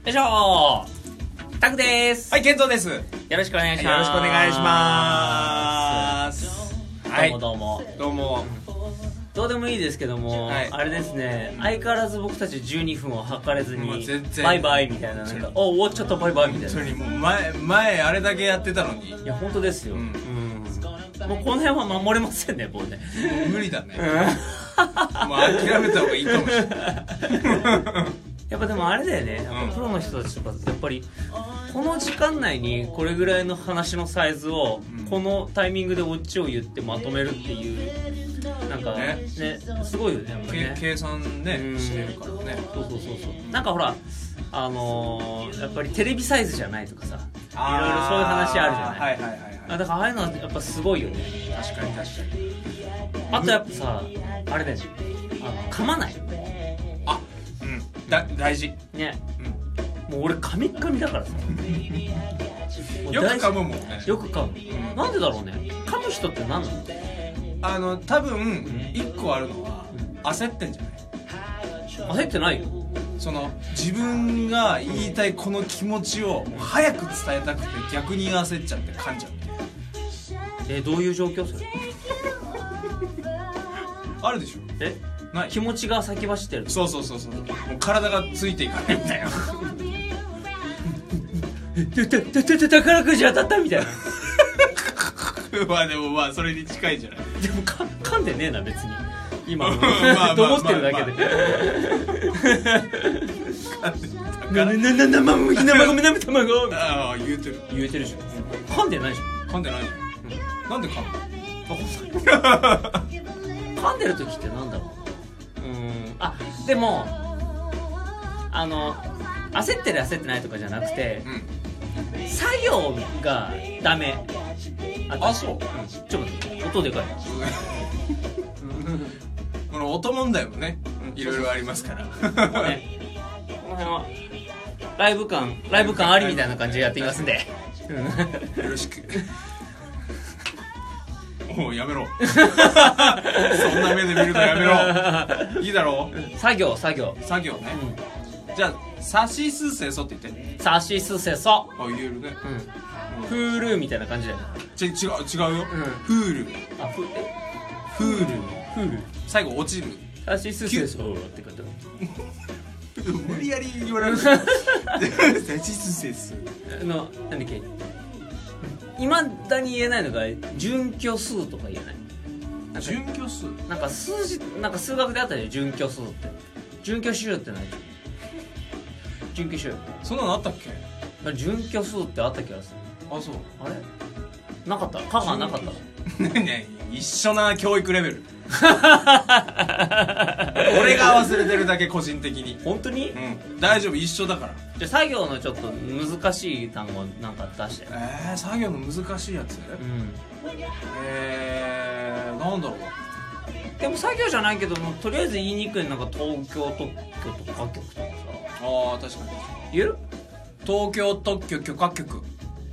よいしょー、タクです。 はい、ケントです。よろしくお願いします。 ろしくお願いします。 はい、どうもどうも。 どうでもいいですけども、 はい、 あれですね、相変わらず僕たち12分を測れずに全バイバイみたいな、なんか終わっちゃったバイバイみたいな。 本当にもう前あれだけやってたのに。 いや本当ですよ、もうこの辺は守れませんね、もうね。 もう無理だね。もう諦めた方がいいかもしれない。 やっぱでもあれだよね、やっぱプロの人たちとかやっぱりこの時間内にこれぐらいの話のサイズをこのタイミングでオチを言ってまとめるっていうなんか ねすごいよね、やっぱね計算ねしてるからね。 そうなんかほらやっぱりテレビサイズじゃないとかさ、いろいろそういう話あるじゃない。だからああいうのはやっぱすごいよね。 確かにあとやっぱさ、あれだよ、噛まない。 大事ね、もう俺噛みっ噛みだからさよく噛むもんね。 よく噛む、なんでだろうね。噛む人って何なの？ 多分1個あるのは焦ってんじゃない？ 焦ってないよ。 その自分が言いたいこの気持ちを早く伝えたくて逆に焦っちゃって噛んじゃう。 どういう状況それ？ あるでしょ？ない？ 気持ちが先走ってる。 そうもう体がついていかないみたいな。 宝くじ当たったみたいな。 でもそれに近いじゃない。 でも噛んでねえな別に今と思ってるだけで。生麦生米生卵。 ああ言えてるじゃん。 噛んでないじゃん。 噛んでないじゃん。なんで噛むの？ 噛んでる時ってなんだろう。でも焦ってる焦ってないとかじゃなくて、作業がダメ。 そう。 ちょっと待って、音でかい。 この音問題もね、いろいろありますから。 この辺はライブ感ありみたいな感じでやっていきますんで、よろしく。もうやめろ。そんな目で見るのやめろ。いいだろう。 作業ね。 じゃあさしすせそって言って。 さしすせそ。 言えるね。 フールみたいな感じだよね。 違うよ。フール。フール。最後落ちる。 さしすせそってこと。 無理やり言われる。さしすせそ。 なんだっけ。いまだに言えないのが準拠数とか言えない。 準拠数？ なんか数字、なんか数学であったじゃん、準拠数って。準拠集って何？準拠集。 そんなのあったっけ？ 準拠数ってあった気がする。 そう。 あれ？なかった？科がなかった？ ね一緒な教育レベル。俺が忘れてるだけ、個人的に。 本当に？ 大丈夫、一緒だから。 じゃあ作業のちょっと難しい単語なんか出して。 作業の難しいやつ？なんだろう。 でも作業じゃないけども、とりあえず言いにくい、なんか東京特許とか局とかさ。 確かに。 言える？ 東京特許許可局。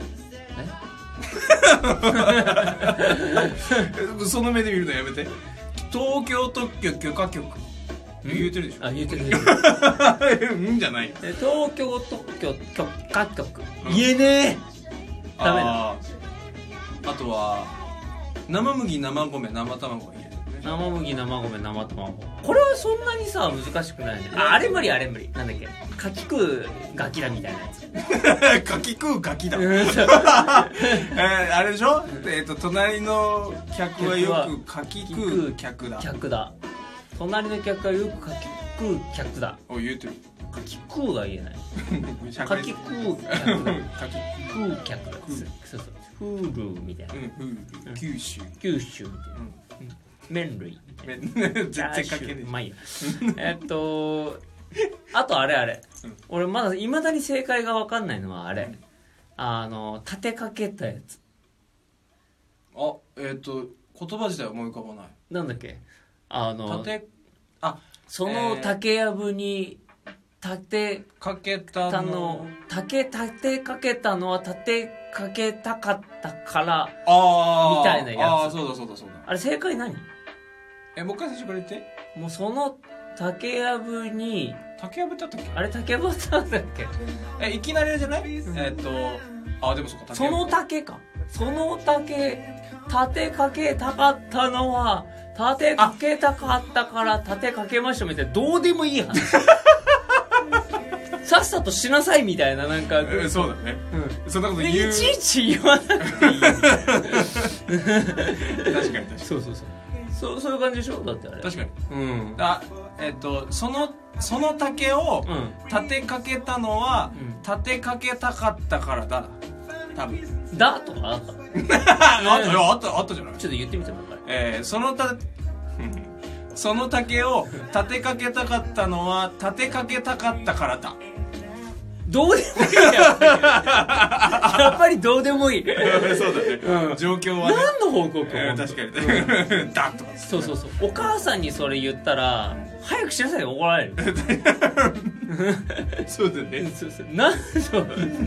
その目で見るのやめて。東京特許許可局。言えてるでしょ。 言えてる。 じゃない。 東京特許許可局。言えねえ。ダメだ。 あとは生麦生米生卵が入れてるね。 生麦生米生卵。これはそんなにさ難しくないね。あれ無理。なんだっけ。かき食うガキだみたいなやつ。 かき食うガキだ。あれでしょ？隣の客はよくかき食う客だ。隣の客はよくかき食う客だ。 言えてる。 かき食うが言えない。かき食う客だ。そう。フールみたいな。 九州みたいな。麺類。 絶対かけねえ。 まあいいや。あとあれ。俺まだ未だに正解が分かんないのはあれ。立てかけたやつ。 言葉自体は思い浮かばない。 なんだっけ。その竹やぶに立てかけたのは立てかけたかったからみたいなやつ。 そうだ。 あれ正解何？ もう一回最初から言って。 もうその竹やぶに竹やぶってあったっけ？ あれ竹やぶってあったっけ？ いきなりじゃない？でもそうか、 その竹か。その竹、立てかけたかったのは、立てかけたかったから立てかけましたみたいな、どうでもいい話。さっさとしなさいみたいな、なんか。 そうだね。そんなこと言う。 いちいち言わなくていい。 確かに。 そう。そういう感じでしょ？だってあれ。 確かに。 うん。 その竹を立てかけたのは、立てかけたかったからだ。多分。 だとかあった？ あったじゃない。 ちょっと言ってみてもらえ。 その竹を立てかけたかったのは立てかけたかったからだ。 どうでもいいやっぱりどうでもいい。 そうだね。状況はね。 何の報告？ 確かに。だとか。 そう。お母さんにそれ言ったら早くしなさいよ、怒られる。 そうだね。 なんそう。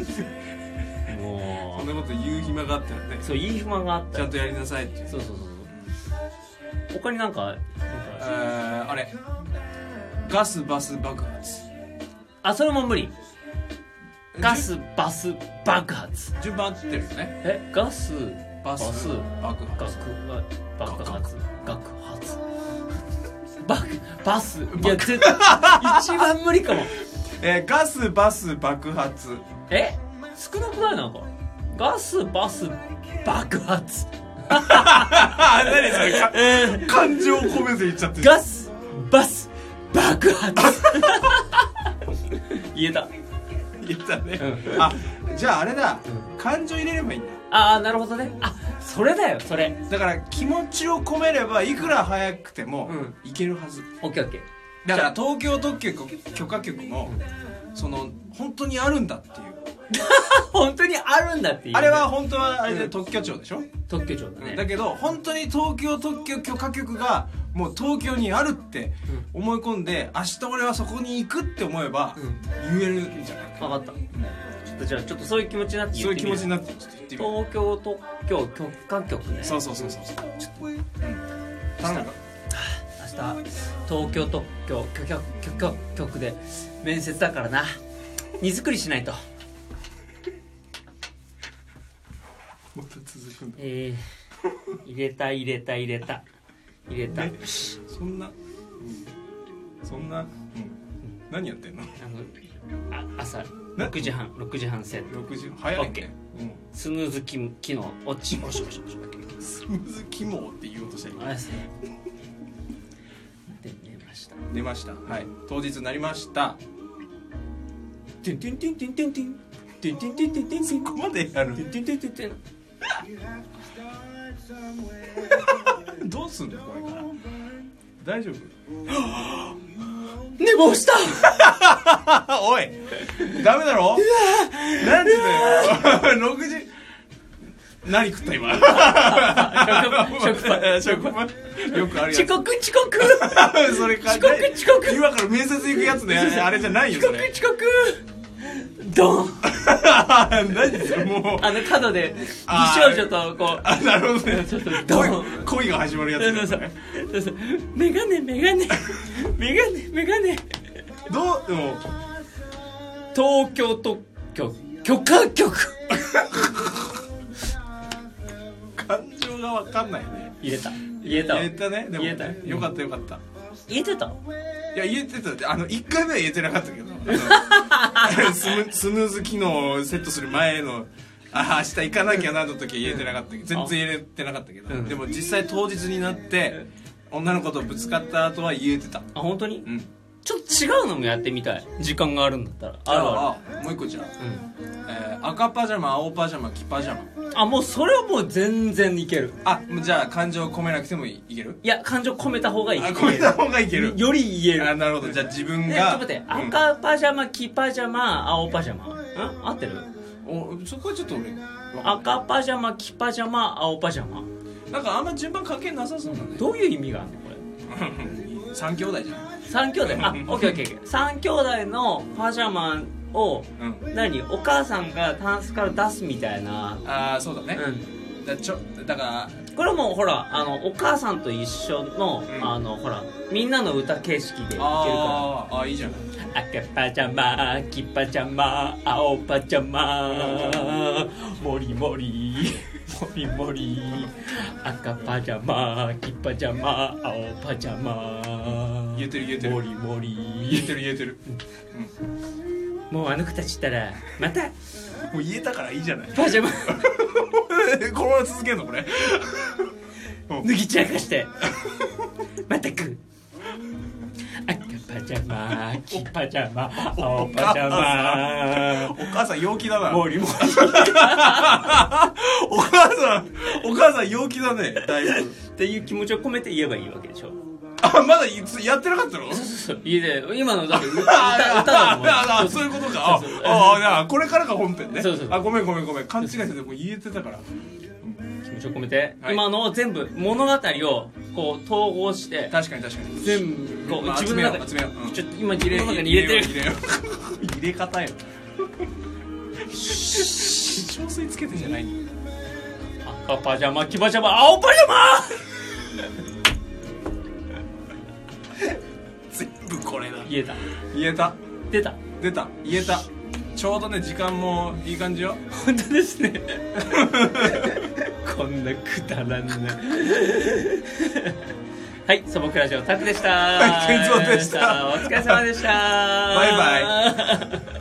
もうそんなこと言う暇があったらね。 そう、言う暇があったらちゃんとやりなさいって。 そう。他になんかあれガスバス爆発。 それも無理。ガスバス爆発順番合ってるよね。 ガスバス爆発バス、いや絶対一番無理かも。 ガスバス爆発。 少なくない？なんかガスバス爆発。 何それ、感情を込めて言っちゃってる。 ガスバス爆発。言えたね。じゃああれだ、感情入れればいいんだ。 なるほどね。それだよ、それだから気持ちを込めればいくら早くてもいけるはず。 オッケー。 だから東京特許許可局もその本当にあるんだっていう。 本当にあるんだっていう。 あれは本当はあれで特許庁でしょ？ 特許庁だね。 だけど本当に東京特許許可局がもう東京にあるって思い込んで、明日俺はそこに行くって思えば言えるんじゃないか。 分かった。じゃあちょっとそういう気持ちになって言ってみる。 そういう気持ちになって言ってみる。 東京特許許可局ね。 そう。ちょっと頼むか。 明日東京特許許可局で面接だからな。荷造りしないと。 また続くんだ。 入れた。 そんな、何やってんの？ 朝6時半セット。 6時早いね。 スヌーズ機能落ち。 スヌーズ機能って言おうとした今。 で出ました。はい。当日になりました。 テンテンテンテンテンテンテンテンテンテンテン。 そこまでやる。 テンテンテンテンテン。 どうすんのこれから。大丈夫？ 寝坊した。 おい、ダメだろ。何時だよ。6時。何食った今。職場。よくあるやつ。 遅刻。 それか。 遅刻。 今から面接行くやつね。あれじゃないよ。それ。 遅刻。ドン。 何それもう。 角で美少女とこう。 なるほどね。 ドン。 恋が始まるやつ。 そう。メガネ。 どうでも。 東京特許許可局。 感情が分かんないね。 言えたね。でもよかった。 言えてた？ いや言えてた。1回目は言えてなかったけど。スヌーズ機能をセットする前の明日行かなきゃなの時は言えてなかったけど、全然言えてなかったけど、でも実際当日になって女の子とぶつかった後は言えてた。 本当に？ちょっと違うのもやってみたい。時間があるんだったら。 もう一個じゃあ、赤パジャマ、青パジャマ、黄パジャマ。 もうそれはもう全然いける。 じゃあ感情込めなくてもいける？いや、感情込めた方がいい。 込めた方がいける。 より言える。 なるほど。じゃあ自分が。 ちょっと待って、赤パジャマ、黄パジャマ、青パジャマ。合ってる？ そこはちょっと俺。 赤パジャマ、黄パジャマ、青パジャマ。 なんかあんま順番関係なさそうだね。 どういう意味があるのこれ？ 3兄弟じゃん。 3兄弟。オッケー。3兄弟のパジャマを、お母さんがタンスから出すみたいな。 そうだね。だからここれもほらお母さんと一緒の、ほらみんなの歌形式でいけるからあいいじゃん。 赤パジャマ黄パジャマ青パジャマモリモリモリモリ赤パジャマ黄パジャマ青パジャマ言えてる言えてるモリモリ言えてる言えてる、 もうあの子たちったらまたもう言えたからいいじゃない。 パジャマこのまま続けんのこれ脱ぎ散らかしてまたく赤パジャマ黄パジャマ青パジャマお母さん陽気だな。 モリモリお母さん陽気だねだいぶっていう気持ちを込めて言えばいいわけでしょ。 あ、まだやってなかったの？ そういいね、今のだって歌だもん。 あ、そういうことか。あ、これからが本編ね。 そうあ、ごめん勘違いしててもう言えてたから。 気持ちを込めて、今のを全部物語をこう統合して確かに全部こう自分の中に集めよう、 ちょっと今自分の中に入れてる。 入れ方よ。小水つけてじゃないの。 赤パジャマ黄パジャマ青パジャマ全部これだ。 言えた出た言えた。ちょうどね時間もいい感じよ。 本当ですねこんなくだらんなはい、素朴ラジオタクでした。 はい、健三でした。 お疲れ様でした。 バイバイ